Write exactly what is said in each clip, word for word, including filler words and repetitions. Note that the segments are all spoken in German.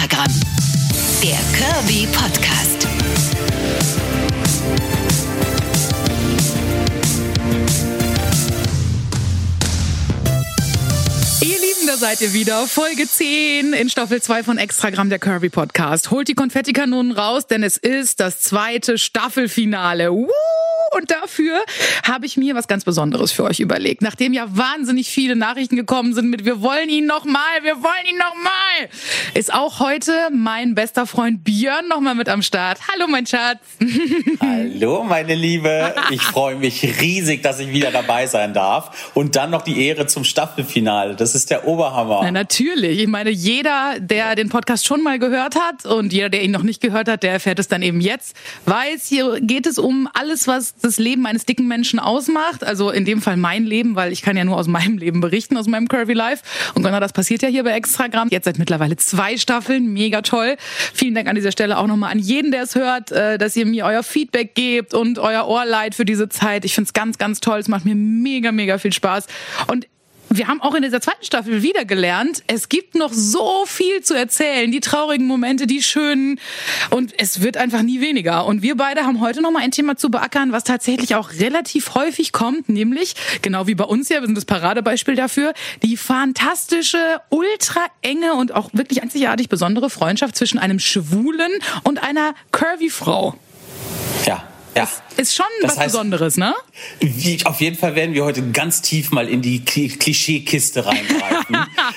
Extragramm. Der Kirby Podcast. Ihr Lieben, da seid ihr wieder. Folge zehn in Staffel zwei von Extragramm, der Kirby Podcast. Holt die Konfettikanonen raus, denn es ist das zweite Staffelfinale. Woo! Und dafür habe ich mir was ganz Besonderes für euch überlegt. Nachdem ja wahnsinnig viele Nachrichten gekommen sind mit "Wir wollen ihn noch mal, wir wollen ihn noch mal", ist auch heute mein bester Freund Björn noch mal mit am Start. Hallo, mein Schatz. Hallo, meine Liebe. Ich freue mich riesig, dass ich wieder dabei sein darf. Und dann noch die Ehre zum Staffelfinale. Das ist der Oberhammer. Na, natürlich. Ich meine, jeder, der den Podcast schon mal gehört hat und jeder, der ihn noch nicht gehört hat, der erfährt es dann eben jetzt, weiß, hier geht es um alles, was das Leben eines dicken Menschen ausmacht. Also in dem Fall mein Leben, weil ich kann ja nur aus meinem Leben berichten, aus meinem Curvy Life. Und genau das passiert ja hier bei Extragramm. Jetzt seit mittlerweile zwei Staffeln. Mega toll. Vielen Dank an dieser Stelle auch nochmal an jeden, der es hört, dass ihr mir euer Feedback gebt und euer Ohr leiht für diese Zeit. Ich finde es ganz, ganz toll. Es macht mir mega, mega viel Spaß. Und wir haben auch in dieser zweiten Staffel wieder gelernt, es gibt noch so viel zu erzählen. Die traurigen Momente, die schönen. Und es wird einfach nie weniger. Und wir beide haben heute noch mal ein Thema zu beackern, was tatsächlich auch relativ häufig kommt. Nämlich, genau wie bei uns hier, wir sind das Paradebeispiel dafür, die fantastische, ultra enge und auch wirklich einzigartig besondere Freundschaft zwischen einem Schwulen und einer Curvy-Frau. Ja. Ja. Das ist schon das was heißt, Besonderes, ne? Wie, auf jeden Fall werden wir heute ganz tief mal in die Klischeekiste reingreifen.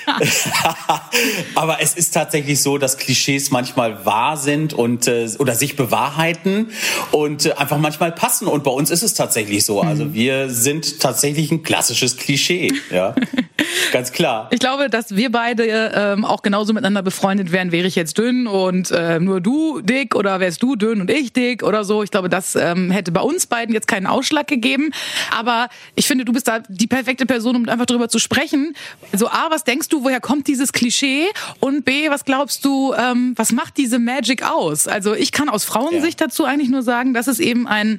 Aber es ist tatsächlich so, dass Klischees manchmal wahr sind und äh, oder sich bewahrheiten und äh, einfach manchmal passen. Und bei uns ist es tatsächlich so. Mhm. Also wir sind tatsächlich ein klassisches Klischee. Ja, ganz klar. Ich glaube, dass wir beide ähm, auch genauso miteinander befreundet wären, wäre ich jetzt dünn und äh, nur du dick oder wärst du dünn und ich dick oder so. Ich glaube, das ähm, hätte bei uns beiden jetzt keinen Ausschlag gegeben. Aber ich finde, du bist da die perfekte Person, um einfach drüber zu sprechen. So A, was denkst du, woher kommt dieses Klischee? Und B, was glaubst du, ähm, was macht diese Magic aus? Also ich kann aus Frauensicht ja. dazu eigentlich nur sagen, dass es eben ein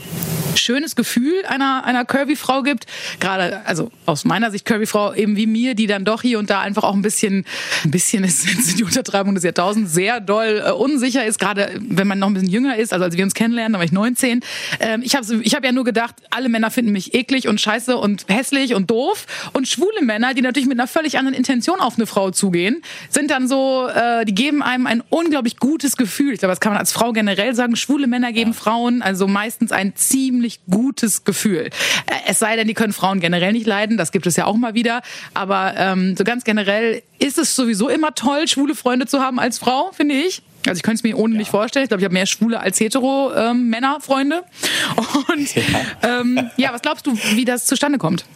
schönes Gefühl einer einer Curvy-Frau gibt. Gerade, also aus meiner Sicht Curvy-Frau eben wie mir, die dann doch hier und da einfach auch ein bisschen, ein bisschen ist die Untertreibung des Jahrtausends, sehr doll äh, unsicher ist. Gerade wenn man noch ein bisschen jünger ist, also als wir uns kennenlernen, da war ich neunzehn. Ähm, ich habe ich hab ja nur gedacht, alle Männer finden mich eklig und scheiße und hässlich und doof. Und schwule Männer, die natürlich mit einer völlig anderen Intention auf eine Frau zugehen, sind dann so, äh, die geben einem ein unglaublich gutes Gefühl. Ich glaube, das kann man als Frau generell sagen. Schwule Männer geben ja. Frauen also meistens ein ziemlich gutes Gefühl. Es sei denn, die können Frauen generell nicht leiden, das gibt es ja auch mal wieder. Aber ähm, so ganz generell ist es sowieso immer toll, schwule Freunde zu haben als Frau, finde ich. Also ich könnte es mir ohne ja. nicht vorstellen. Ich glaube, ich habe mehr schwule als hetero ähm, Männerfreunde. Und ja. Ähm, ja, was glaubst du, wie das zustande kommt?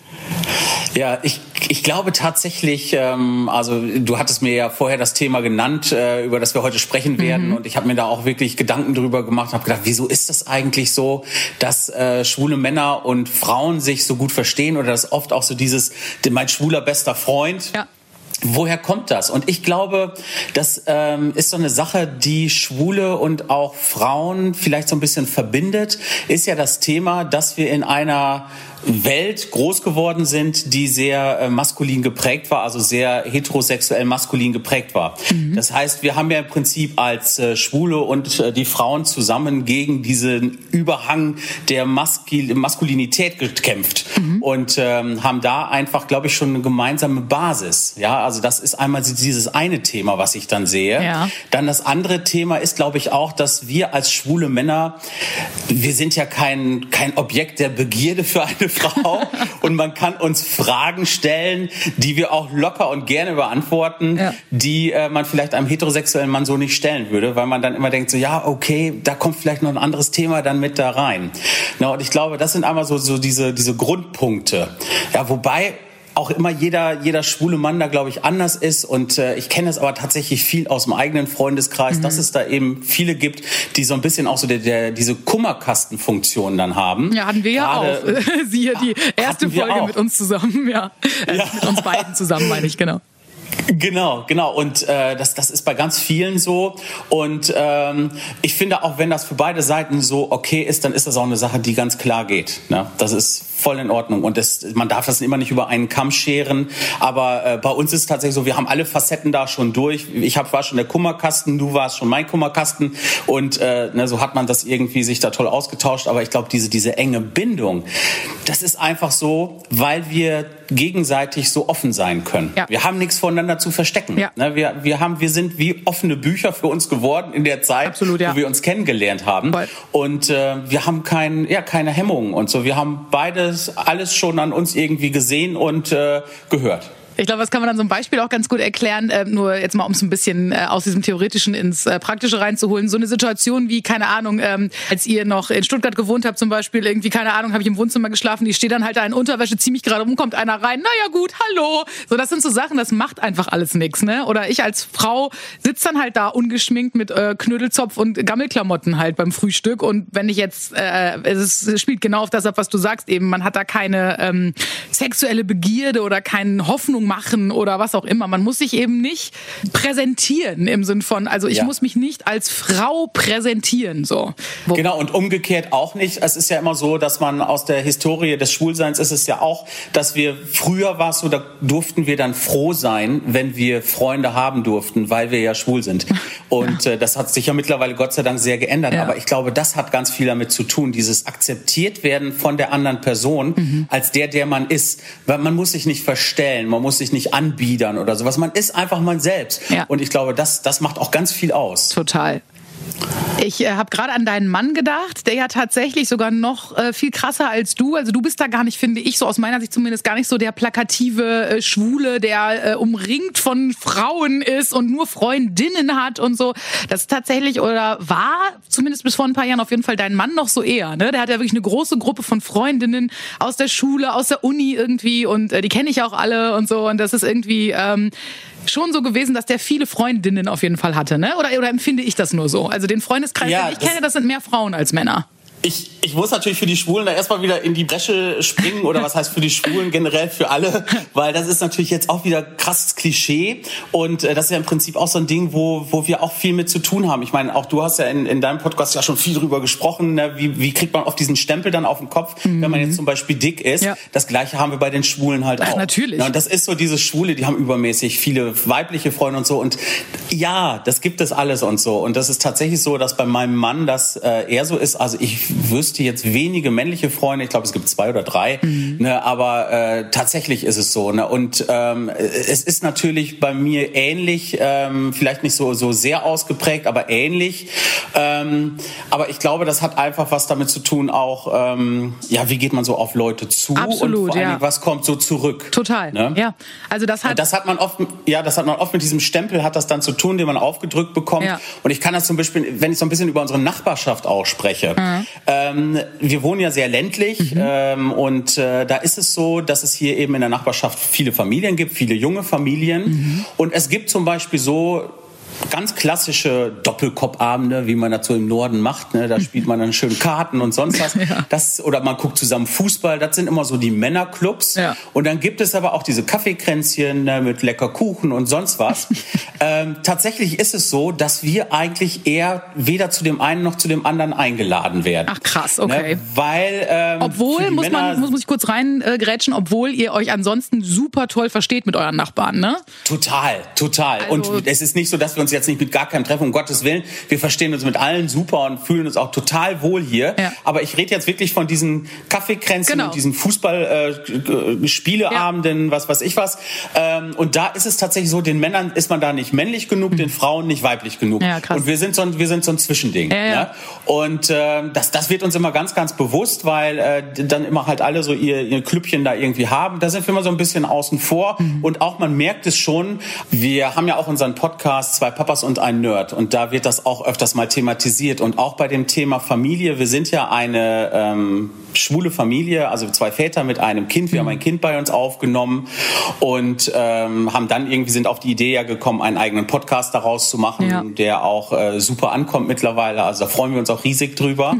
Ja, ich, ich glaube tatsächlich, ähm, also du hattest mir ja vorher das Thema genannt, äh, über das wir heute sprechen werden. Mhm. Und ich habe mir da auch wirklich Gedanken drüber gemacht und habe gedacht, wieso ist das eigentlich so, dass äh, schwule Männer und Frauen sich so gut verstehen oder dass oft auch so dieses, mein schwuler bester Freund... Ja. Woher kommt das? Und ich glaube, das ähm, ist so eine Sache, die Schwule und auch Frauen vielleicht so ein bisschen verbindet, ist ja das Thema, dass wir in einer Welt groß geworden sind, die sehr äh, maskulin geprägt war, also sehr heterosexuell maskulin geprägt war. Mhm. Das heißt, wir haben ja im Prinzip als äh, Schwule und äh, die Frauen zusammen gegen diesen Überhang der Maskul- Maskulinität gekämpft mhm. und ähm, haben da einfach, glaube ich, schon eine gemeinsame Basis. Ja, also das ist einmal dieses eine Thema, was ich dann sehe. Ja. Dann das andere Thema ist, glaube ich, auch, dass wir als schwule Männer, wir sind ja kein kein Objekt der Begierde für eine Frau und man kann uns Fragen stellen, die wir auch locker und gerne beantworten, ja. die äh, man vielleicht einem heterosexuellen Mann so nicht stellen würde, weil man dann immer denkt so, ja, okay, da kommt vielleicht noch ein anderes Thema dann mit da rein. Na, und ich glaube, das sind einmal so, so diese, diese Grundpunkte. Ja, wobei auch immer jeder, jeder schwule Mann da, glaube ich, anders ist. Und äh, ich kenne es aber tatsächlich viel aus dem eigenen Freundeskreis, mhm. dass es da eben viele gibt, die so ein bisschen auch so der, der, diese Kummerkastenfunktion dann haben. Ja, hatten wir ja Gerade, auch. Siehe die erste Folge auch. mit uns zusammen. Ja, äh, ja. Mit uns beiden zusammen, meine ich, genau. Genau, genau. Und äh, das, das ist bei ganz vielen so. Und ähm, ich finde auch, wenn das für beide Seiten so okay ist, dann ist das auch eine Sache, die ganz klar geht. Ne? Das ist voll in Ordnung. Und das, man darf das immer nicht über einen Kamm scheren. Aber äh, bei uns ist es tatsächlich so, wir haben alle Facetten da schon durch. Ich hab, war schon der Kummerkasten, du warst schon mein Kummerkasten. Und äh, ne, so hat man das irgendwie sich da toll ausgetauscht. Aber ich glaube, diese, diese enge Bindung, das ist einfach so, weil wir gegenseitig so offen sein können. Ja. Wir haben nichts voneinander zu verstecken. Ja. Ne, wir, wir, haben, wir sind wie offene Bücher für uns geworden in der Zeit, Absolut, ja. wo wir uns kennengelernt haben. Voll. Und äh, wir haben kein, ja, keine Hemmungen und so. Wir haben beides, alles schon an uns irgendwie gesehen und äh, gehört. Ich glaube, das kann man dann so ein Beispiel auch ganz gut erklären, äh, nur jetzt mal, um es ein bisschen äh, aus diesem Theoretischen ins äh, Praktische reinzuholen. So eine Situation wie, keine Ahnung, ähm, als ihr noch in Stuttgart gewohnt habt zum Beispiel, irgendwie, keine Ahnung, habe ich im Wohnzimmer geschlafen, ich stehe dann halt da in Unterwäsche, ziehe mich gerade um, kommt einer rein, naja gut, hallo. So, das sind so Sachen, das macht einfach alles nichts, ne? Oder ich als Frau sitze dann halt da ungeschminkt mit äh, Knödelzopf und Gammelklamotten halt beim Frühstück und wenn ich jetzt, äh, es spielt genau auf das ab, was du sagst eben, man hat da keine ähm, sexuelle Begierde oder keine Hoffnung machen oder was auch immer. Man muss sich eben nicht präsentieren im Sinn von, also ich ja. muss mich nicht als Frau präsentieren. So. Wo genau, und umgekehrt auch nicht. Es ist ja immer so, dass man aus der Historie des Schwulseins ist es ja auch, dass wir, früher war es so, da durften wir dann froh sein, wenn wir Freunde haben durften, weil wir ja schwul sind. Und ja. äh, das hat sich ja mittlerweile Gott sei Dank sehr geändert. Ja. Aber ich glaube, das hat ganz viel damit zu tun, dieses akzeptiert werden von der anderen Person mhm. als der, der man ist. Weil man muss sich nicht verstellen, man muss sich nicht anbiedern oder sowas. Man ist einfach man selbst. Ja. Und ich glaube, das, das macht auch ganz viel aus. Total. Ich äh, habe gerade an deinen Mann gedacht, der ja tatsächlich sogar noch äh, viel krasser als du. Also du bist da gar nicht, finde ich, so aus meiner Sicht zumindest gar nicht so der plakative äh, Schwule, der äh, umringt von Frauen ist und nur Freundinnen hat und so. Das ist tatsächlich oder war zumindest bis vor ein paar Jahren auf jeden Fall dein Mann noch so eher. Ne? Der hat ja wirklich eine große Gruppe von Freundinnen aus der Schule, aus der Uni irgendwie und äh, die kenne ich auch alle und so. Und das ist irgendwie ähm, schon so gewesen, dass der viele Freundinnen auf jeden Fall hatte, ne? Oder, oder empfinde ich das nur so? Also den Freundeskreis, ja, den ich kenne, das sind mehr Frauen als Männer. Ich, ich muss natürlich für die Schwulen da erstmal wieder in die Bresche springen oder was heißt für die Schwulen generell für alle, weil das ist natürlich jetzt auch wieder krasses Klischee und äh, das ist ja im Prinzip auch so ein Ding, wo wo wir auch viel mit zu tun haben. Ich meine, auch du hast ja in, in deinem Podcast ja schon viel drüber gesprochen, ne? wie, wie kriegt man oft diesen Stempel dann auf den Kopf, mhm. wenn man jetzt zum Beispiel dick ist. Ja. Das Gleiche haben wir bei den Schwulen halt auch. Ach, natürlich. Ja, und das ist so diese Schwule, die haben übermäßig viele weibliche Freunde und so und ja, das gibt es alles und so und das ist tatsächlich so, dass bei meinem Mann das äh, eher so ist, also ich wüsste jetzt wenige männliche Freunde, ich glaube es gibt zwei oder drei, mhm. ne, aber äh, tatsächlich ist es so. Ne, und ähm, es ist natürlich bei mir ähnlich, ähm, vielleicht nicht so so sehr ausgeprägt, aber ähnlich. Ähm, aber ich glaube, das hat einfach was damit zu tun, auch ähm, ja, wie geht man so auf Leute zu Absolut, und vor allem, ja. was kommt so zurück. Total, ne? ja. Also das hat, das hat man oft, ja, das hat man oft mit diesem Stempel hat das dann zu tun, den man aufgedrückt bekommt. Ja. Und ich kann das zum Beispiel, wenn ich so ein bisschen über unsere Nachbarschaft auch spreche. Mhm. Ähm, wir wohnen ja sehr ländlich mhm. ähm, und äh, da ist es so, dass es hier eben in der Nachbarschaft viele Familien gibt, viele junge Familien mhm. und es gibt zum Beispiel so ganz klassische Doppelkopfabende, wie man das so im Norden macht. Ne? Da spielt man dann schön Karten und sonst was. Ja. Das, oder man guckt zusammen Fußball. Das sind immer so die Männerclubs. Ja. Und dann gibt es aber auch diese Kaffeekränzchen ne, mit lecker Kuchen und sonst was. ähm, tatsächlich ist es so, dass wir eigentlich eher weder zu dem einen noch zu dem anderen eingeladen werden. Ach krass, okay. Ne? Weil ähm, obwohl, muss Männer, man muss, muss ich kurz reingrätschen, äh, obwohl ihr euch ansonsten super toll versteht mit euren Nachbarn, ne? Total, total. Also, und es ist nicht so, dass wir uns jetzt nicht mit gar keinem treffen, um Gottes Willen. Wir verstehen uns mit allen super und fühlen uns auch total wohl hier. Ja. Aber ich rede jetzt wirklich von diesen Kaffeekränzen genau. und diesen Fußball-Spieleabenden, äh, ja. was weiß ich was. Ähm, und da ist es tatsächlich so, den Männern ist man da nicht männlich genug, mhm. den Frauen nicht weiblich genug. Ja, krass. Und wir sind so ein, wir sind so ein Zwischending. Ja, ja. Ja? Und äh, das, das wird uns immer ganz, ganz bewusst, weil äh, dann immer halt alle so ihr, ihr Klüppchen da irgendwie haben. Da sind wir immer so ein bisschen außen vor. Mhm. Und auch man merkt es schon, wir haben ja auch unseren Podcast Zwei Papas und ein Nerd. Und da wird das auch öfters mal thematisiert. Und auch bei dem Thema Familie. Wir sind ja eine ähm, schwule Familie, also zwei Väter mit einem Kind. Wir mhm. haben ein Kind bei uns aufgenommen und ähm, haben dann irgendwie sind auf die Idee ja gekommen, einen eigenen Podcast daraus zu machen, ja. der auch äh, super ankommt mittlerweile. Also da freuen wir uns auch riesig drüber.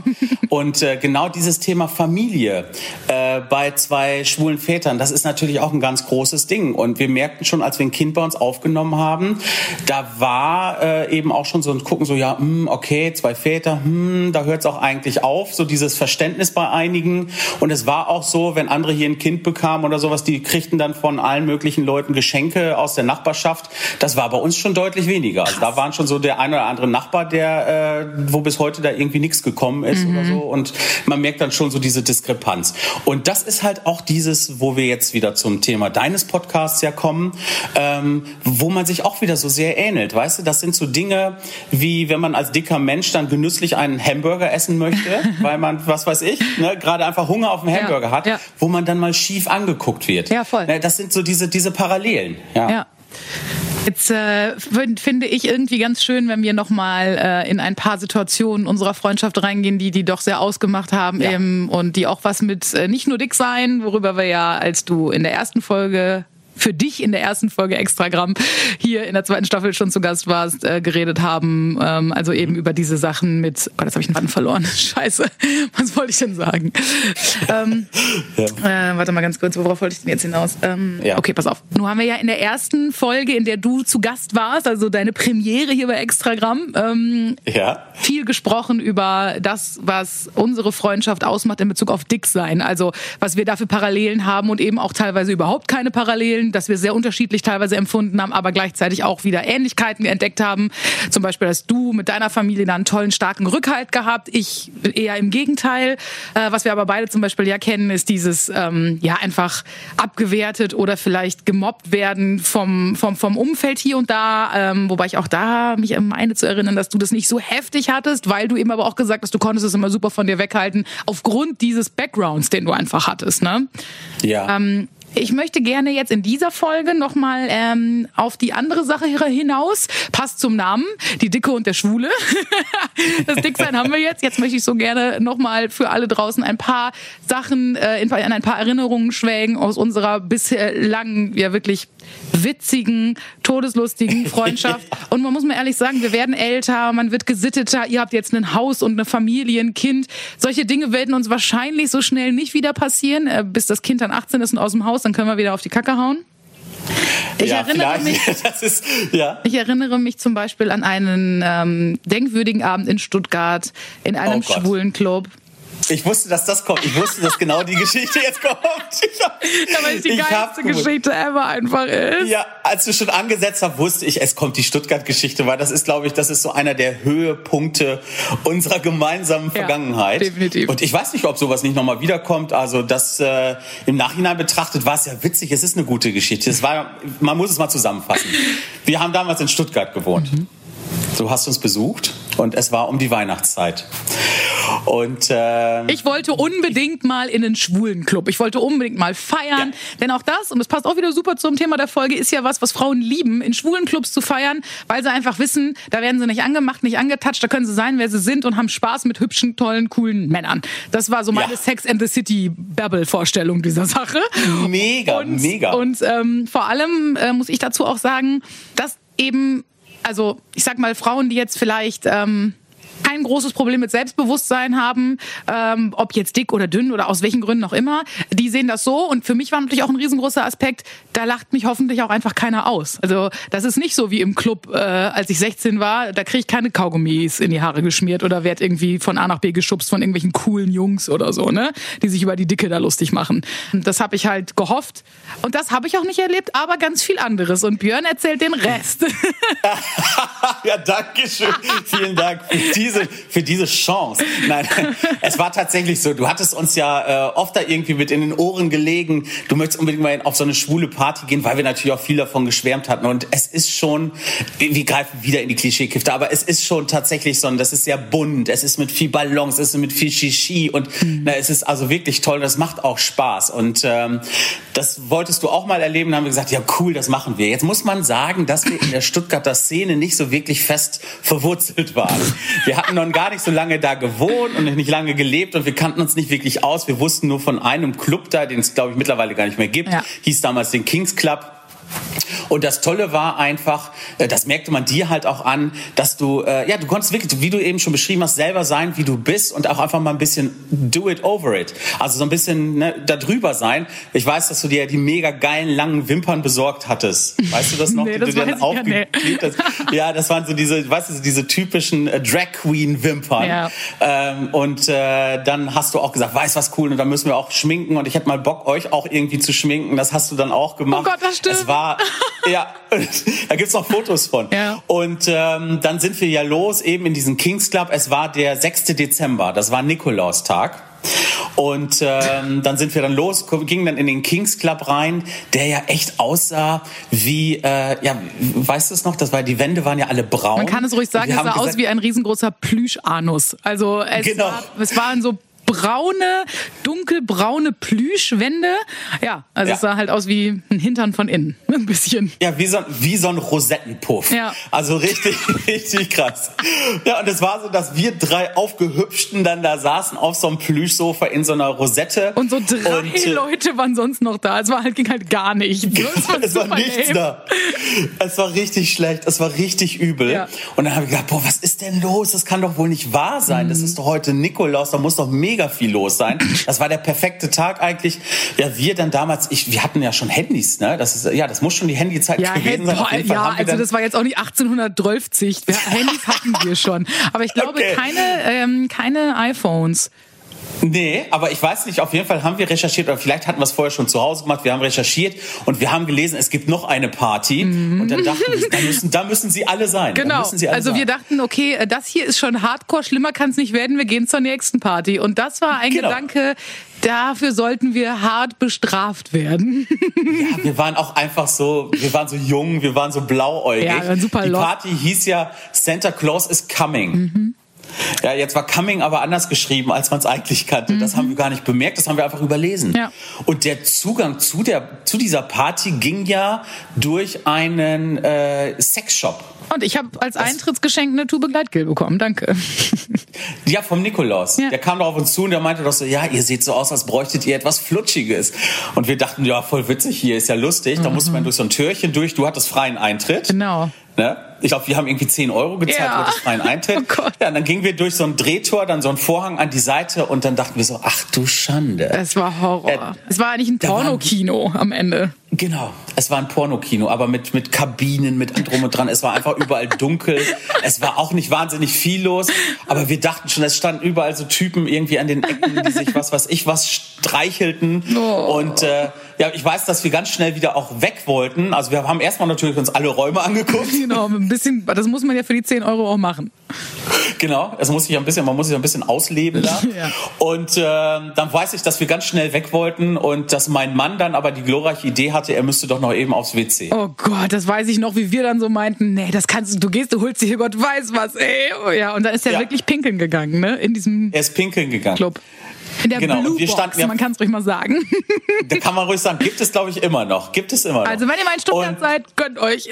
Und äh, genau dieses Thema Familie äh, bei zwei schwulen Vätern, das ist natürlich auch ein ganz großes Ding. Und wir merkten schon, als wir ein Kind bei uns aufgenommen haben, da war äh, eben auch schon so ein Gucken, so ja, hm, okay, zwei Väter, hm, da hört es auch eigentlich auf, so dieses Verständnis bei einigen. Und es war auch so, wenn andere hier ein Kind bekamen oder sowas, die kriegten dann von allen möglichen Leuten Geschenke aus der Nachbarschaft. Das war bei uns schon deutlich weniger. Also da waren schon so der ein oder andere Nachbar, der, äh, wo bis heute da irgendwie nichts gekommen ist mhm. oder so. Und man merkt dann schon so diese Diskrepanz. Und das ist halt auch dieses, wo wir jetzt wieder zum Thema deines Podcasts ja kommen, ähm, wo man sich auch wieder so sehr ähnelt. Weißt du, das sind so Dinge, wie wenn man als dicker Mensch dann genüsslich einen Hamburger essen möchte, weil man, was weiß ich, ne, gerade einfach Hunger auf einen Hamburger ja, hat, ja. wo man dann mal schief angeguckt wird. Ja, voll. Das sind so diese, diese Parallelen. Ja. ja. Jetzt äh, finde ich irgendwie ganz schön, wenn wir nochmal äh, in ein paar Situationen unserer Freundschaft reingehen, die die doch sehr ausgemacht haben ja. eben, und die auch was mit äh, nicht nur dick sein, worüber wir ja, als du in der ersten Folge für dich in der ersten Folge Extragramm hier in der zweiten Staffel schon zu Gast warst, äh, geredet haben. Ähm, also eben über diese Sachen mit... Oh, jetzt habe ich den Faden verloren. Scheiße. Was wollte ich denn sagen? ähm, ja. äh, warte mal ganz kurz, worauf wollte ich denn jetzt hinaus? Ähm, ja. Okay, pass auf. Nun haben wir ja in der ersten Folge, in der du zu Gast warst, also deine Premiere hier bei Extragramm, ähm, ja. viel gesprochen über das, was unsere Freundschaft ausmacht in Bezug auf Dicksein. Also was wir da für Parallelen haben und eben auch teilweise überhaupt keine Parallelen, dass wir sehr unterschiedlich teilweise empfunden haben, aber gleichzeitig auch wieder Ähnlichkeiten entdeckt haben. Zum Beispiel hast du mit deiner Familie da einen tollen, starken Rückhalt gehabt. Ich eher im Gegenteil. Äh, was wir aber beide zum Beispiel ja kennen, ist dieses ähm, ja einfach abgewertet oder vielleicht gemobbt werden vom, vom, vom Umfeld hier und da. Ähm, wobei ich auch da mich meine zu erinnern, dass du das nicht so heftig hattest, weil du eben aber auch gesagt hast, du konntest es immer super von dir weghalten, aufgrund dieses Backgrounds, den du einfach hattest. Ne? Ja. Ähm, Ich möchte gerne jetzt in dieser Folge nochmal ähm, auf die andere Sache hinaus. Passt zum Namen, die Dicke und der Schwule. Das Dicksein haben wir jetzt. Jetzt möchte ich so gerne nochmal für alle draußen ein paar Sachen, äh, in ein paar Erinnerungen schwelgen aus unserer bislang ja wirklich witzigen, todeslustigen Freundschaft. Und man muss mal ehrlich sagen, wir werden älter, man wird gesitteter. Ihr habt jetzt ein Haus und eine Familie, ein Kind. Solche Dinge werden uns wahrscheinlich so schnell nicht wieder passieren, äh, bis das Kind dann achtzehn ist und aus dem Haus, dann können wir wieder auf die Kacke hauen. Ich, ja, erinnere mich, das ist, ja. ich erinnere mich zum Beispiel an einen ähm, denkwürdigen Abend in Stuttgart in einem oh schwulen Club. Ich wusste, dass das kommt. Ich wusste, dass genau die Geschichte jetzt kommt. Ich hab, ja, weil es die geilste Geschichte ever einfach ist. Ja, als du schon angesetzt hast, wusste ich, es kommt die Stuttgart-Geschichte, weil das ist, glaube ich, das ist so einer der Höhepunkte unserer gemeinsamen Vergangenheit. Ja, definitiv. Und ich weiß nicht, ob sowas nicht nochmal wiederkommt. Also das äh, im Nachhinein betrachtet war es ja witzig. Es ist eine gute Geschichte. Es war, man muss es mal zusammenfassen. Wir haben damals in Stuttgart gewohnt. Mhm. Du hast uns besucht und es war um die Weihnachtszeit. Und äh, ich wollte unbedingt mal in einen schwulen Club. Ich wollte unbedingt mal feiern. Ja. Denn auch das, und das passt auch wieder super zum Thema der Folge, ist ja was, was Frauen lieben, in schwulen Clubs zu feiern, weil sie einfach wissen, da werden sie nicht angemacht, nicht angetatscht, da können sie sein, wer sie sind und haben Spaß mit hübschen, tollen, coolen Männern. Das war so meine ja. Sex and the City Babble-Vorstellung dieser Sache. Mega, und, mega. Und ähm, vor allem äh, muss ich dazu auch sagen, dass eben, also ich sag mal, Frauen, die jetzt vielleicht ähm, kein großes Problem mit Selbstbewusstsein haben, ähm, ob jetzt dick oder dünn oder aus welchen Gründen auch immer, die sehen das so. Und für mich war natürlich auch ein riesengroßer Aspekt, da lacht mich hoffentlich auch einfach keiner aus. Also das ist nicht so wie im Club, äh, als ich sechzehn war, da kriege ich keine Kaugummis in die Haare geschmiert oder werd irgendwie von A nach B geschubst von irgendwelchen coolen Jungs oder so, ne, die sich über die Dicke da lustig machen. Und das habe ich halt gehofft. Und das habe ich auch nicht erlebt, aber ganz viel anderes. Und Björn erzählt den Rest. Ja, danke schön. Vielen Dank für diese, für diese Chance. Nein, es war tatsächlich so, du hattest uns ja äh, oft da irgendwie mit in den Ohren gelegen, du möchtest unbedingt mal auf so eine schwule Party gehen, weil wir natürlich auch viel davon geschwärmt hatten. Und es ist schon, wir greifen wieder in die Klischeekiste, aber es ist schon tatsächlich so, das ist sehr bunt, es ist mit viel Ballons, es ist mit viel Shishi und mhm. na, es ist also wirklich toll, das macht auch Spaß. Und ähm, das wolltest du auch mal erleben, da haben wir gesagt, ja cool, das machen wir. Jetzt muss man sagen, dass wir in der Stuttgarter Szene nicht so wirklich fest verwurzelt waren. Wir hatten noch gar nicht so lange da gewohnt und nicht lange gelebt und wir kannten uns nicht wirklich aus. Wir wussten nur von einem Club da, den es, glaube ich, mittlerweile gar nicht mehr gibt. Ja. Hieß damals den Kings Club. Und das Tolle war einfach, das merkte man dir halt auch an, dass du, äh, ja, du konntest wirklich, wie du eben schon beschrieben hast, selber sein, wie du bist und auch einfach mal ein bisschen do it over it. Also so ein bisschen ne, da drüber sein. Ich weiß, dass du dir die mega geilen langen Wimpern besorgt hattest. Weißt du das noch? Nee, die das du dir dann aufgeklebt ja, nee. hast. Ja, das waren so diese, weißt du, diese typischen äh, Drag Queen Wimpern. Ja. Ähm, und äh, dann hast du auch gesagt, weißt was cool, und dann müssen wir auch schminken und ich hätte mal Bock, euch auch irgendwie zu schminken. Das hast du dann auch gemacht. Oh Gott, das stimmt. Es war, ja, da gibt's noch Fotos von. Ja. Und ähm, dann sind wir ja los, eben in diesen Kings Club. Es war der sechste Dezember, das war Nikolaustag. Und ähm, dann sind wir dann los, gingen dann in den Kings Club rein, der ja echt aussah wie, äh, ja, weißt du es noch? Das war, die Wände waren ja alle braun. Man kann es ruhig sagen, es sah gesagt, aus wie ein riesengroßer Plüschanus. Also es, genau. war, es waren so braune, dunkelbraune Plüschwände. Ja, also ja. es sah halt aus wie ein Hintern von innen. Ein bisschen. Ja, wie so, wie so ein Rosettenpuff. Ja. Also richtig, richtig krass. Ja, und es war so, dass wir drei Aufgehübschten dann da saßen auf so einem Plüschsofa in so einer Rosette. Und so drei und, äh, Leute waren sonst noch da. Es war halt, ging halt gar nicht. Es war, es war nichts da. Es war richtig schlecht. Es war richtig übel. Ja. Und dann habe ich gedacht, boah, was ist denn los? Das kann doch wohl nicht wahr sein. Mhm. Das ist doch heute Nikolaus. Da muss doch mega viel los sein. Das war der perfekte Tag eigentlich. Ja, wir dann damals, ich, wir hatten ja schon Handys, ne? Das ist, ja, das muss schon die Handyzeit ja, gewesen sein. Boah, ja, also das war jetzt auch nicht achtzehnhundertdreißig. Handys hatten wir schon. Aber ich glaube, okay. keine, ähm, keine iPhones. Nee, aber ich weiß nicht, auf jeden Fall haben wir recherchiert, oder vielleicht hatten wir es vorher schon zu Hause gemacht, wir haben recherchiert und wir haben gelesen, es gibt noch eine Party mhm. und dann dachten wir, da müssen, da müssen sie alle sein. Genau, müssen sie alle also sein. wir dachten, okay, das hier ist schon hardcore, schlimmer kann es nicht werden, wir gehen zur nächsten Party. Und das war ein genau. Gedanke, dafür sollten wir hart bestraft werden. Ja, wir waren auch einfach so, wir waren so jung, wir waren so blauäugig. Ja, wir waren super Die lost. Party hieß ja Santa Claus is Coming. Mhm. Ja, jetzt war Coming aber anders geschrieben, als man es eigentlich kannte. Mhm. Das haben wir gar nicht bemerkt, das haben wir einfach überlesen. Ja. Und der Zugang zu der zu dieser Party ging ja durch einen äh, Sexshop. Und ich habe als Eintrittsgeschenk eine Tube Gleitgel bekommen, danke. Ja, vom Nikolaus. Ja. Der kam doch auf uns zu und der meinte doch so, ja, ihr seht so aus, als bräuchtet ihr etwas Flutschiges. Und wir dachten, ja, voll witzig hier, ist ja lustig. Da mhm. musste man durch so ein Türchen durch, du hattest freien Eintritt. Genau. Ne? Ich glaube, wir haben irgendwie zehn Euro gezahlt, Ja. du hattest freien Eintritt. Oh Gott. Ja, und dann gingen wir durch so ein Drehtor, dann so ein Vorhang an die Seite und dann dachten wir so, ach du Schande. Es war Horror. Äh, es war eigentlich ein Pornokino am Ende. Genau, es war ein Pornokino, aber mit, mit Kabinen, mit allem drum und dran. Es war einfach überall dunkel. Es war auch nicht wahnsinnig viel los. Aber wir dachten schon, es standen überall so Typen irgendwie an den Ecken, die sich was, was ich was streichelten. Oh. Und äh, ja, ich weiß, dass wir ganz schnell wieder auch weg wollten. Also wir haben erstmal natürlich uns alle Räume angeguckt. Genau, ein bisschen, das muss man ja für die zehn Euro auch machen. Genau, es muss sich ein bisschen, man muss sich ein bisschen ausleben da. Ja. Und äh, dann weiß ich, dass wir ganz schnell weg wollten und dass mein Mann dann aber die glorreiche Idee hatte, er müsste doch noch eben aufs W C. Oh Gott, das weiß ich noch, wie wir dann so meinten, nee, das kannst du, du gehst, du holst dir hier Gott weiß was, ey. Oh, ja, und dann ist er Ja. wirklich pinkeln gegangen, ne, in diesem Er ist pinkeln gegangen. Club. In der Genau, und Blue wir Box, standen ja- man kann es ruhig mal sagen. Da kann man ruhig sagen, gibt es glaube ich immer noch. Gibt es immer noch. Also wenn ihr mal in Stuttgart Und- seid, gönnt euch.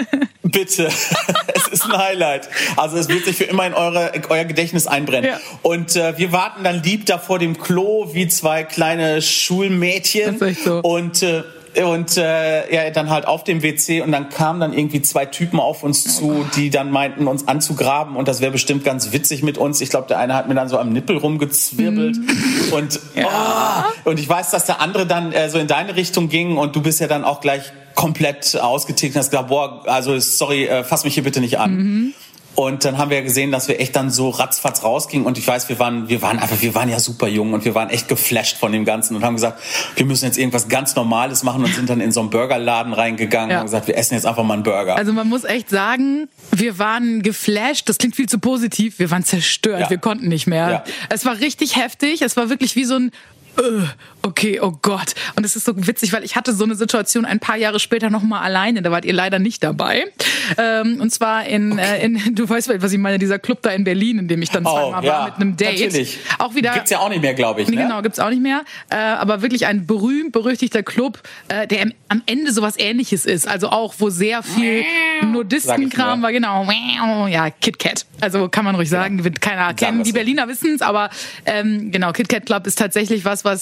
Bitte. Es ist ein Highlight. Also es wird sich für immer in, eure, in euer Gedächtnis einbrennen. Ja. Und äh, wir warten dann lieb da vor dem Klo wie zwei kleine Schulmädchen. Das ist echt so. Und äh, und äh, ja, dann halt auf dem W C und dann kamen dann irgendwie zwei Typen auf uns zu, die dann meinten, uns anzugraben und das wäre bestimmt ganz witzig mit uns. Ich glaube, der eine hat mir dann so am Nippel rumgezwirbelt Mhm. und Ja. oh, und ich weiß, dass der andere dann äh, so in deine Richtung ging und du bist ja dann auch gleich komplett ausgetickt und hast gesagt, boah, also sorry, äh, fass mich hier bitte nicht an. Mhm. Und dann haben wir ja gesehen, dass wir echt dann so ratzfatz rausgingen und ich weiß, wir waren, wir waren einfach, wir waren ja super jung und wir waren echt geflasht von dem Ganzen und haben gesagt, wir müssen jetzt irgendwas ganz Normales machen und sind dann in so einen Burgerladen reingegangen Ja. und haben gesagt, wir essen jetzt einfach mal einen Burger. Also man muss echt sagen, wir waren geflasht, das klingt viel zu positiv, wir waren zerstört, Ja. wir konnten nicht mehr. Ja. Es war richtig heftig, es war wirklich wie so ein äh, okay, oh Gott. Und es ist so witzig, weil ich hatte so eine Situation ein paar Jahre später noch mal alleine, da wart ihr leider nicht dabei. Ähm, und zwar in, Okay. äh, in, du weißt, was ich meine, dieser Club da in Berlin, in dem ich dann zweimal war mit einem Date. Natürlich. Auch wieder. Gibt's ja auch nicht mehr, glaube ich. Ne? Genau, gibt's auch nicht mehr. Äh, aber wirklich ein berühmt-berüchtigter Club, äh, der am- am Ende sowas Ähnliches ist. Also auch, wo sehr viel Nudistenkram war. Genau. Ja, KitKat. Also kann man ruhig sagen, wird keiner kennen. wir's Die so. Berliner wissen's, aber ähm, genau, KitKat Club ist tatsächlich was, was ähm,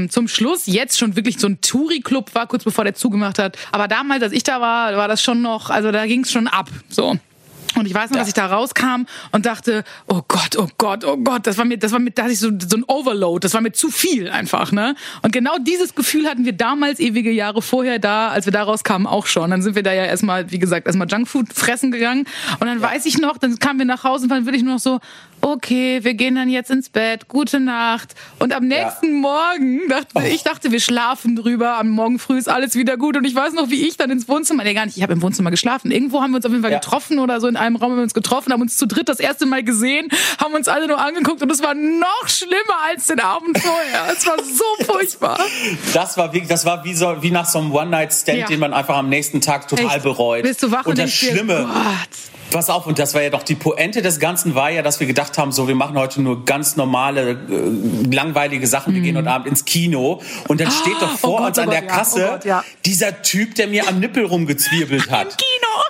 ähm, zum Schluss jetzt schon wirklich so ein Touri-Club war, kurz bevor der zugemacht hat. Aber damals, als ich da war, war das schon noch, also da ging es schon ab. So. Und ich weiß noch, ja. dass ich da rauskam und dachte, oh Gott, oh Gott, oh Gott, das war mir, das war mir, da hatte ich so, so ein Overload, das war mir zu viel einfach, ne? Und genau dieses Gefühl hatten wir damals ewige Jahre vorher da, als wir da rauskamen auch schon. Dann sind wir da ja erstmal, wie gesagt, erstmal Junkfood fressen gegangen. Und dann ja. weiß ich noch, dann kamen wir nach Hause und dann würde ich nur noch so, okay, wir gehen dann jetzt ins Bett, gute Nacht. Und am nächsten ja. Morgen, dachte, oh. ich dachte, wir schlafen drüber, am Morgen früh ist alles wieder gut. Und ich weiß noch, wie ich dann ins Wohnzimmer, nee, gar nicht, ich habe im Wohnzimmer geschlafen. Irgendwo haben wir uns auf jeden Fall ja. getroffen oder so, in einem Raum haben wir uns getroffen, haben uns zu dritt das erste Mal gesehen, haben uns alle nur angeguckt und es war noch schlimmer als den Abend vorher. Es war so furchtbar. Das war wie, das war wie, so, wie nach so einem One-Night-Stand, ja. den man einfach am nächsten Tag total Echt? bereut. Bist du wach und, und das denkst Schlimme, dir, Gott. Pass auf, und das war ja doch die Pointe des Ganzen, war ja, dass wir gedacht haben, so, wir machen heute nur ganz normale, äh, langweilige Sachen. Wir mm. gehen heute Abend ins Kino und dann steht doch vor oh Gott, uns an oh Gott, der Kasse ja, oh Gott, ja. dieser Typ, der mir am Nippel rumgezwirbelt hat. Im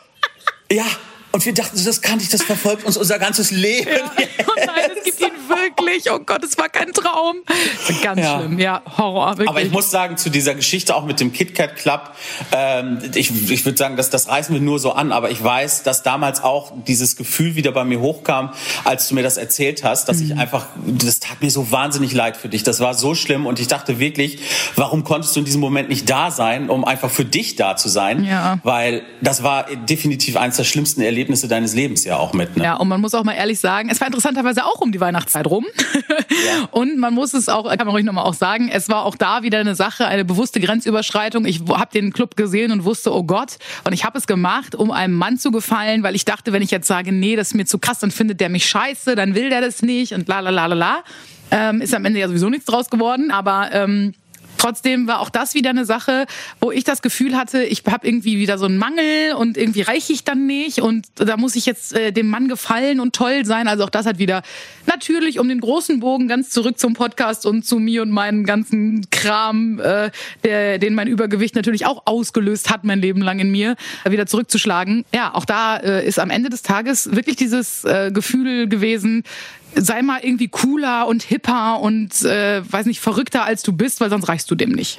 Kino! Ja. Und wir dachten, das kann nicht, das verfolgt uns unser ganzes Leben. Ja. Oh nein, es gibt ihn wirklich. Oh Gott, es war kein Traum. Ganz ja. schlimm, ja, Horror. Wirklich. Aber ich muss sagen, zu dieser Geschichte auch mit dem KitKat Club, ähm, ich, ich würde sagen, dass das reißen wir nur so an, aber ich weiß, dass damals auch dieses Gefühl wieder bei mir hochkam, als du mir das erzählt hast, dass mhm. ich einfach, das tat mir so wahnsinnig leid für dich. Das war so schlimm und ich dachte wirklich, warum konntest du in diesem Moment nicht da sein, um einfach für dich da zu sein? Ja. Weil das war definitiv eines der schlimmsten Erlebnisse deines Lebens ja auch mit. Ne? Ja, und man muss auch mal ehrlich sagen, es war interessanterweise auch um die Weihnachtszeit rum. Ja. Und man muss es auch, kann man ruhig nochmal auch sagen, es war auch da wieder eine Sache, eine bewusste Grenzüberschreitung. Ich habe den Club gesehen und wusste, oh Gott, und ich habe es gemacht, um einem Mann zu gefallen, weil ich dachte, wenn ich jetzt sage, nee, das ist mir zu krass, dann findet der mich scheiße, dann will der das nicht und la la la la la. Ähm, ist am Ende ja sowieso nichts draus geworden, aber ähm, trotzdem war auch das wieder eine Sache, wo ich das Gefühl hatte, ich habe irgendwie wieder so einen Mangel und irgendwie reiche ich dann nicht und da muss ich jetzt äh, dem Mann gefallen und toll sein. Also auch das hat wieder natürlich um den großen Bogen ganz zurück zum Podcast und zu mir und meinen ganzen Kram, äh, der, den mein Übergewicht natürlich auch ausgelöst hat, mein Leben lang in mir, äh, wieder zurückzuschlagen. Ja, auch da äh, ist am Ende des Tages wirklich dieses äh, Gefühl gewesen, sei mal irgendwie cooler und hipper und äh, weiß nicht, verrückter als du bist, weil sonst reichst du dem nicht.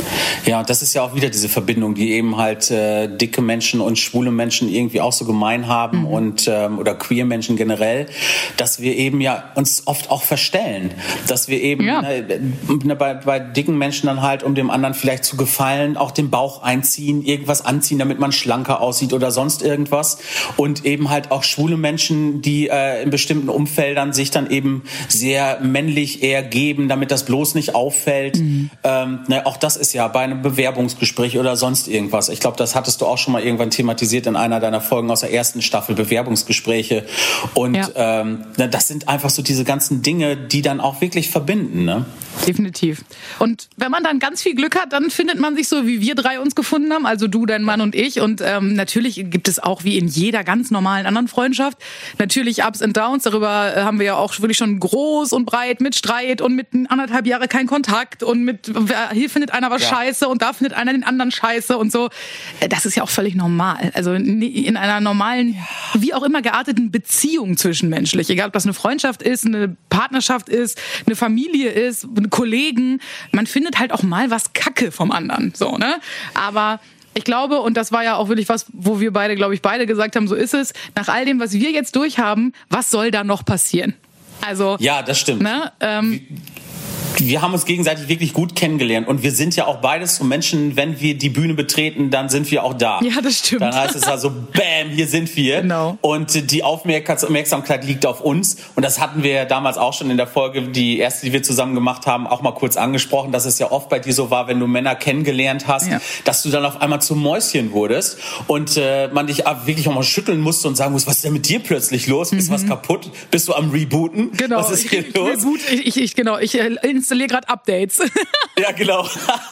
Ja, und das ist ja auch wieder diese Verbindung, die eben halt äh, dicke Menschen und schwule Menschen irgendwie auch so gemein haben mhm. und ähm, oder queer Menschen generell, dass wir eben ja uns oft auch verstellen, dass wir eben ja. ne, bei, bei dicken Menschen dann halt, um dem anderen vielleicht zu gefallen, auch den Bauch einziehen, irgendwas anziehen, damit man schlanker aussieht oder sonst irgendwas und eben halt auch schwule Menschen, die äh, in bestimmten Umfeldern sich dann eben sehr männlich eher geben, damit das bloß nicht auffällt. Mhm. Ähm, ne, auch das ist ja bei einem Bewerbungsgespräch oder sonst irgendwas. Ich glaube, das hattest du auch schon mal irgendwann thematisiert in einer deiner Folgen aus der ersten Staffel, Bewerbungsgespräche. Und ja. ähm, das sind einfach so diese ganzen Dinge, die dann auch wirklich verbinden. Ne? Definitiv. Und wenn man dann ganz viel Glück hat, dann findet man sich so, wie wir drei uns gefunden haben, also du, dein Mann und ich. Und ähm, natürlich gibt es auch wie in jeder ganz normalen anderen Freundschaft natürlich Ups und Downs. Darüber äh, haben wir ja auch wirklich schon groß und breit mit Streit und mit anderthalb Jahre kein Kontakt und mit hier findet einer was ja. scheiße und da findet einer den anderen scheiße und so. Das ist ja auch völlig normal. Also in einer normalen, wie auch immer gearteten Beziehung zwischenmenschlich, egal ob das eine Freundschaft ist, eine Partnerschaft ist, eine Familie ist, Kollegen, man findet halt auch mal was Kacke vom anderen, so, ne? Aber ich glaube, und das war ja auch wirklich was, wo wir beide, glaube ich, beide gesagt haben, so ist es, nach all dem, was wir jetzt durchhaben, was soll da noch passieren? Also, ja, das stimmt. Ne, ähm, wir haben uns gegenseitig wirklich gut kennengelernt und wir sind ja auch beides so Menschen, wenn wir die Bühne betreten, dann sind wir auch da. Ja, das stimmt. Dann heißt es also, bam, hier sind wir. Genau. Und die Aufmerksamkeit liegt auf uns. Und das hatten wir ja damals auch schon in der Folge, die erste, die wir zusammen gemacht haben, auch mal kurz angesprochen, dass es ja oft bei dir so war, wenn du Männer kennengelernt hast, ja. dass du dann auf einmal zum Mäuschen wurdest und äh, man dich wirklich auch mal schütteln musste und sagen muss, was ist denn mit dir plötzlich los? Mhm. Ist was kaputt? Bist du am Rebooten? Genau. Was ist hier ich, los? Reboot, ich, ich, genau, ich installiere gerade Updates. Ja, genau.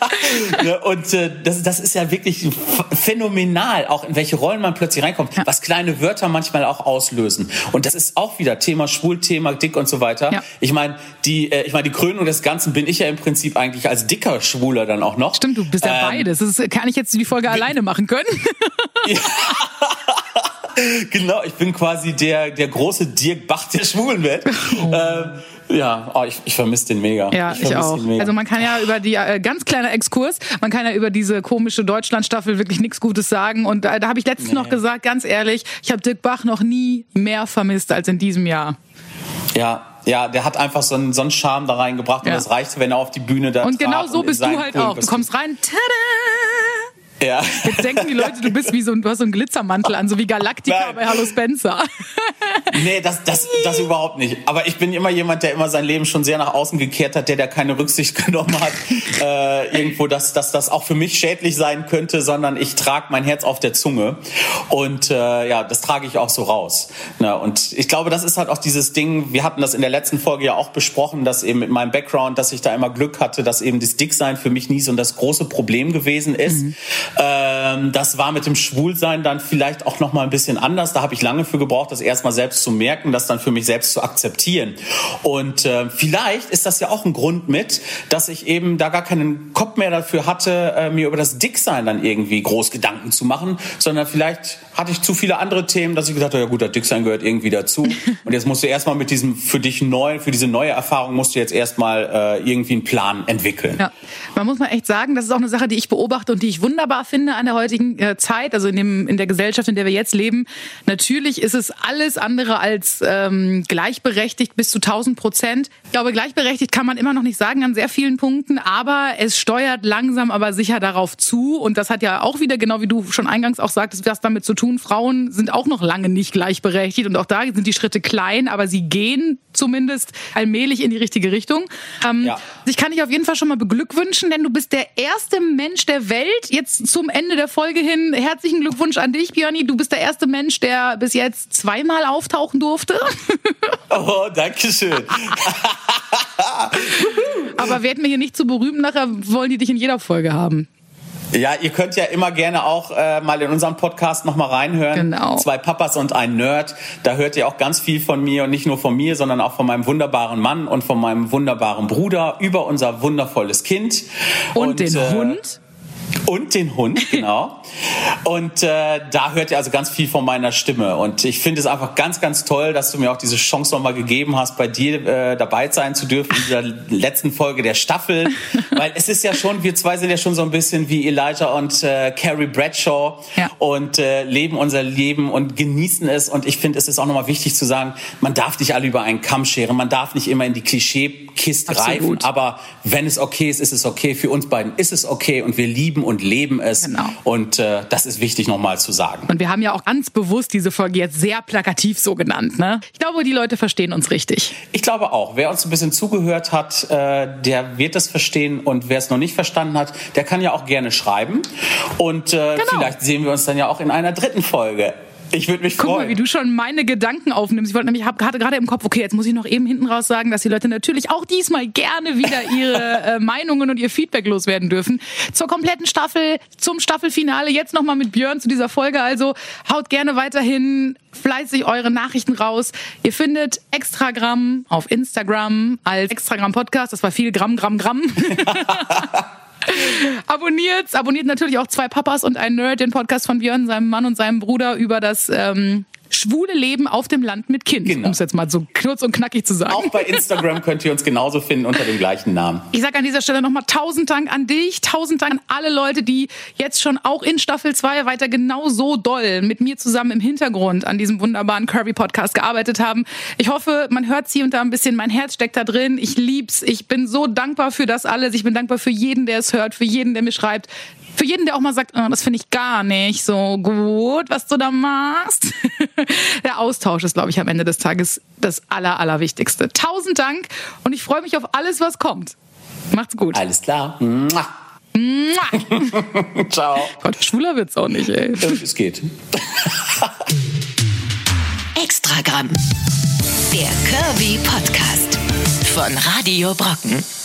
Und äh, das, das ist ja wirklich phänomenal, auch in welche Rollen man plötzlich reinkommt, ja. was kleine Wörter manchmal auch auslösen. Und das ist auch wieder Thema Schwul, Thema dick und so weiter. Ja. Ich meine, die, äh, ich meine, die Krönung des Ganzen bin ich ja im Prinzip eigentlich als dicker Schwuler dann auch noch. Stimmt, du bist ja ähm, beides. Das ist, kann ich jetzt die Folge alleine machen können? Ja. Genau, ich bin quasi der, der große Dirk Bach der Schwulenwelt. Oh. Ähm, Ja, oh, ich, ich vermisse den mega. Ja, ich, ich auch. Also man kann ja über die, äh, ganz kleiner Exkurs, man kann ja über diese komische Deutschland-Staffel wirklich nichts Gutes sagen. Und da, da habe ich letztens nee. noch gesagt, ganz ehrlich, ich habe Dirk Bach noch nie mehr vermisst als in diesem Jahr. Ja, ja, der hat einfach so einen, so einen Charme da reingebracht ja. und das reicht, wenn er auf die Bühne da Und genau so bist du halt auch. Du kommst rein, tada! Ja. Jetzt denken die Leute, du bist wie so ein, du hast so einen Glitzermantel an, so wie Galactica Nein. bei Hallo Spencer. Nee, das, das, das überhaupt nicht. Aber ich bin immer jemand, der immer sein Leben schon sehr nach außen gekehrt hat, der da keine Rücksicht genommen hat, äh, irgendwo, dass, dass das auch für mich schädlich sein könnte, sondern ich trage mein Herz auf der Zunge. Und äh, ja, das trage ich auch so raus. Na, und ich glaube, das ist halt auch dieses Ding, wir hatten das in der letzten Folge ja auch besprochen, dass eben mit meinem Background, dass ich da immer Glück hatte, dass eben das Dicksein für mich nie so das große Problem gewesen ist. Mhm. Ähm, das war mit dem Schwulsein dann vielleicht auch noch mal ein bisschen anders. Da habe ich lange für gebraucht, das erstmal selbst zu merken, das dann für mich selbst zu akzeptieren. Und äh, vielleicht ist das ja auch ein Grund mit, dass ich eben da gar keinen Kopf mehr dafür hatte, äh, mir über das Dicksein dann irgendwie groß Gedanken zu machen, sondern vielleicht hatte ich zu viele andere Themen, dass ich gesagt habe, ja gut, das Dicksein gehört irgendwie dazu. Und jetzt musst du erstmal mit diesem für dich neu, für diese neue Erfahrung musst du jetzt erstmal äh, irgendwie einen Plan entwickeln. Ja, man muss mal echt sagen, das ist auch eine Sache, die ich beobachte und die ich wunderbar finde an der heutigen äh, Zeit, also in, dem, in der Gesellschaft, in der wir jetzt leben. Natürlich ist es alles andere als ähm, gleichberechtigt bis zu tausend Prozent. Ich glaube, gleichberechtigt kann man immer noch nicht sagen an sehr vielen Punkten, aber es steuert langsam, aber sicher darauf zu. Und das hat ja auch wieder, genau wie du schon eingangs auch sagtest, was damit zu tun. Frauen sind auch noch lange nicht gleichberechtigt und auch da sind die Schritte klein, aber sie gehen zumindest allmählich in die richtige Richtung. Ähm, ja. Ich kann dich auf jeden Fall schon mal beglückwünschen, denn du bist der erste Mensch der Welt, jetzt zum Ende der Folge hin, herzlichen Glückwunsch an dich, Björni. Du bist der erste Mensch, der bis jetzt zweimal auftauchen durfte. Oh, danke schön. Aber werden wir hier nicht zu berühmt, nachher wollen die dich in jeder Folge haben. Ja, ihr könnt ja immer gerne auch äh, mal in unserem Podcast noch mal reinhören. Genau. Zwei Papas und ein Nerd. Da hört ihr auch ganz viel von mir und nicht nur von mir, sondern auch von meinem wunderbaren Mann und von meinem wunderbaren Bruder über unser wundervolles Kind. Und, und den äh, Hund. Und den Hund, genau. Und äh, da hört ihr also ganz viel von meiner Stimme. Und ich finde es einfach ganz, ganz toll, dass du mir auch diese Chance nochmal gegeben hast, bei dir äh, dabei sein zu dürfen in dieser letzten Folge der Staffel. Weil es ist ja schon, wir zwei sind ja schon so ein bisschen wie Elijah und äh, Carrie Bradshaw ja. und äh, leben unser Leben und genießen es. Und ich finde, es ist auch nochmal wichtig zu sagen, man darf nicht alle über einen Kamm scheren, man darf nicht immer in die Klischeekiste greifen. Aber wenn es okay ist, ist es okay. Für uns beiden ist es okay und wir lieben und leben es. Genau. Und äh, das ist wichtig nochmal zu sagen. Und wir haben ja auch ganz bewusst diese Folge jetzt sehr plakativ so genannt. Ne? Ich glaube, die Leute verstehen uns richtig. Ich glaube auch. Wer uns ein bisschen zugehört hat, äh, der wird es verstehen. Und wer es noch nicht verstanden hat, der kann ja auch gerne schreiben. Und äh, genau. vielleicht sehen wir uns dann ja auch in einer dritten Folge. Ich würde mich freuen. Guck mal, wie du schon meine Gedanken aufnimmst. Ich wollte nämlich, hab, hatte gerade im Kopf, okay, jetzt muss ich noch eben hinten raus sagen, dass die Leute natürlich auch diesmal gerne wieder ihre äh, Meinungen und ihr Feedback loswerden dürfen. Zur kompletten Staffel, zum Staffelfinale, jetzt nochmal mit Björn zu dieser Folge. Also haut gerne weiterhin fleißig eure Nachrichten raus. Ihr findet Extragramm auf Instagram als Extragramm Podcast. Das war viel Gramm, Gramm, Gramm. Abonniert's, abonniert natürlich auch zwei Papas und ein Nerd, den Podcast von Björn, seinem Mann und seinem Bruder über das ähm, schwule Leben auf dem Land mit Kind, genau. Um es jetzt mal so kurz und knackig zu sagen. Auch bei Instagram könnt ihr uns genauso finden unter dem gleichen Namen. Ich sage an dieser Stelle nochmal tausend Dank an dich, tausend Dank an alle Leute, die jetzt schon auch in Staffel zwei weiter genauso doll mit mir zusammen im Hintergrund an diesem wunderbaren Kirby-Podcast gearbeitet haben. Ich hoffe, man hört hier und da ein bisschen, mein Herz steckt da drin. Ich lieb's. Ich bin so dankbar für das alles. Ich bin dankbar für jeden, der es hört, für jeden, der mir schreibt. Für jeden, der auch mal sagt, oh, das finde ich gar nicht so gut, was du da machst. Der Austausch ist, glaube ich, am Ende des Tages das Aller, Allerwichtigste. Tausend Dank und ich freue mich auf alles, was kommt. Macht's gut. Alles klar. Mua. Mua. Ciao. Gott, schwuler wird's auch nicht, ey. Es geht. Extragramm. Der Kirby Podcast von Radio Brocken.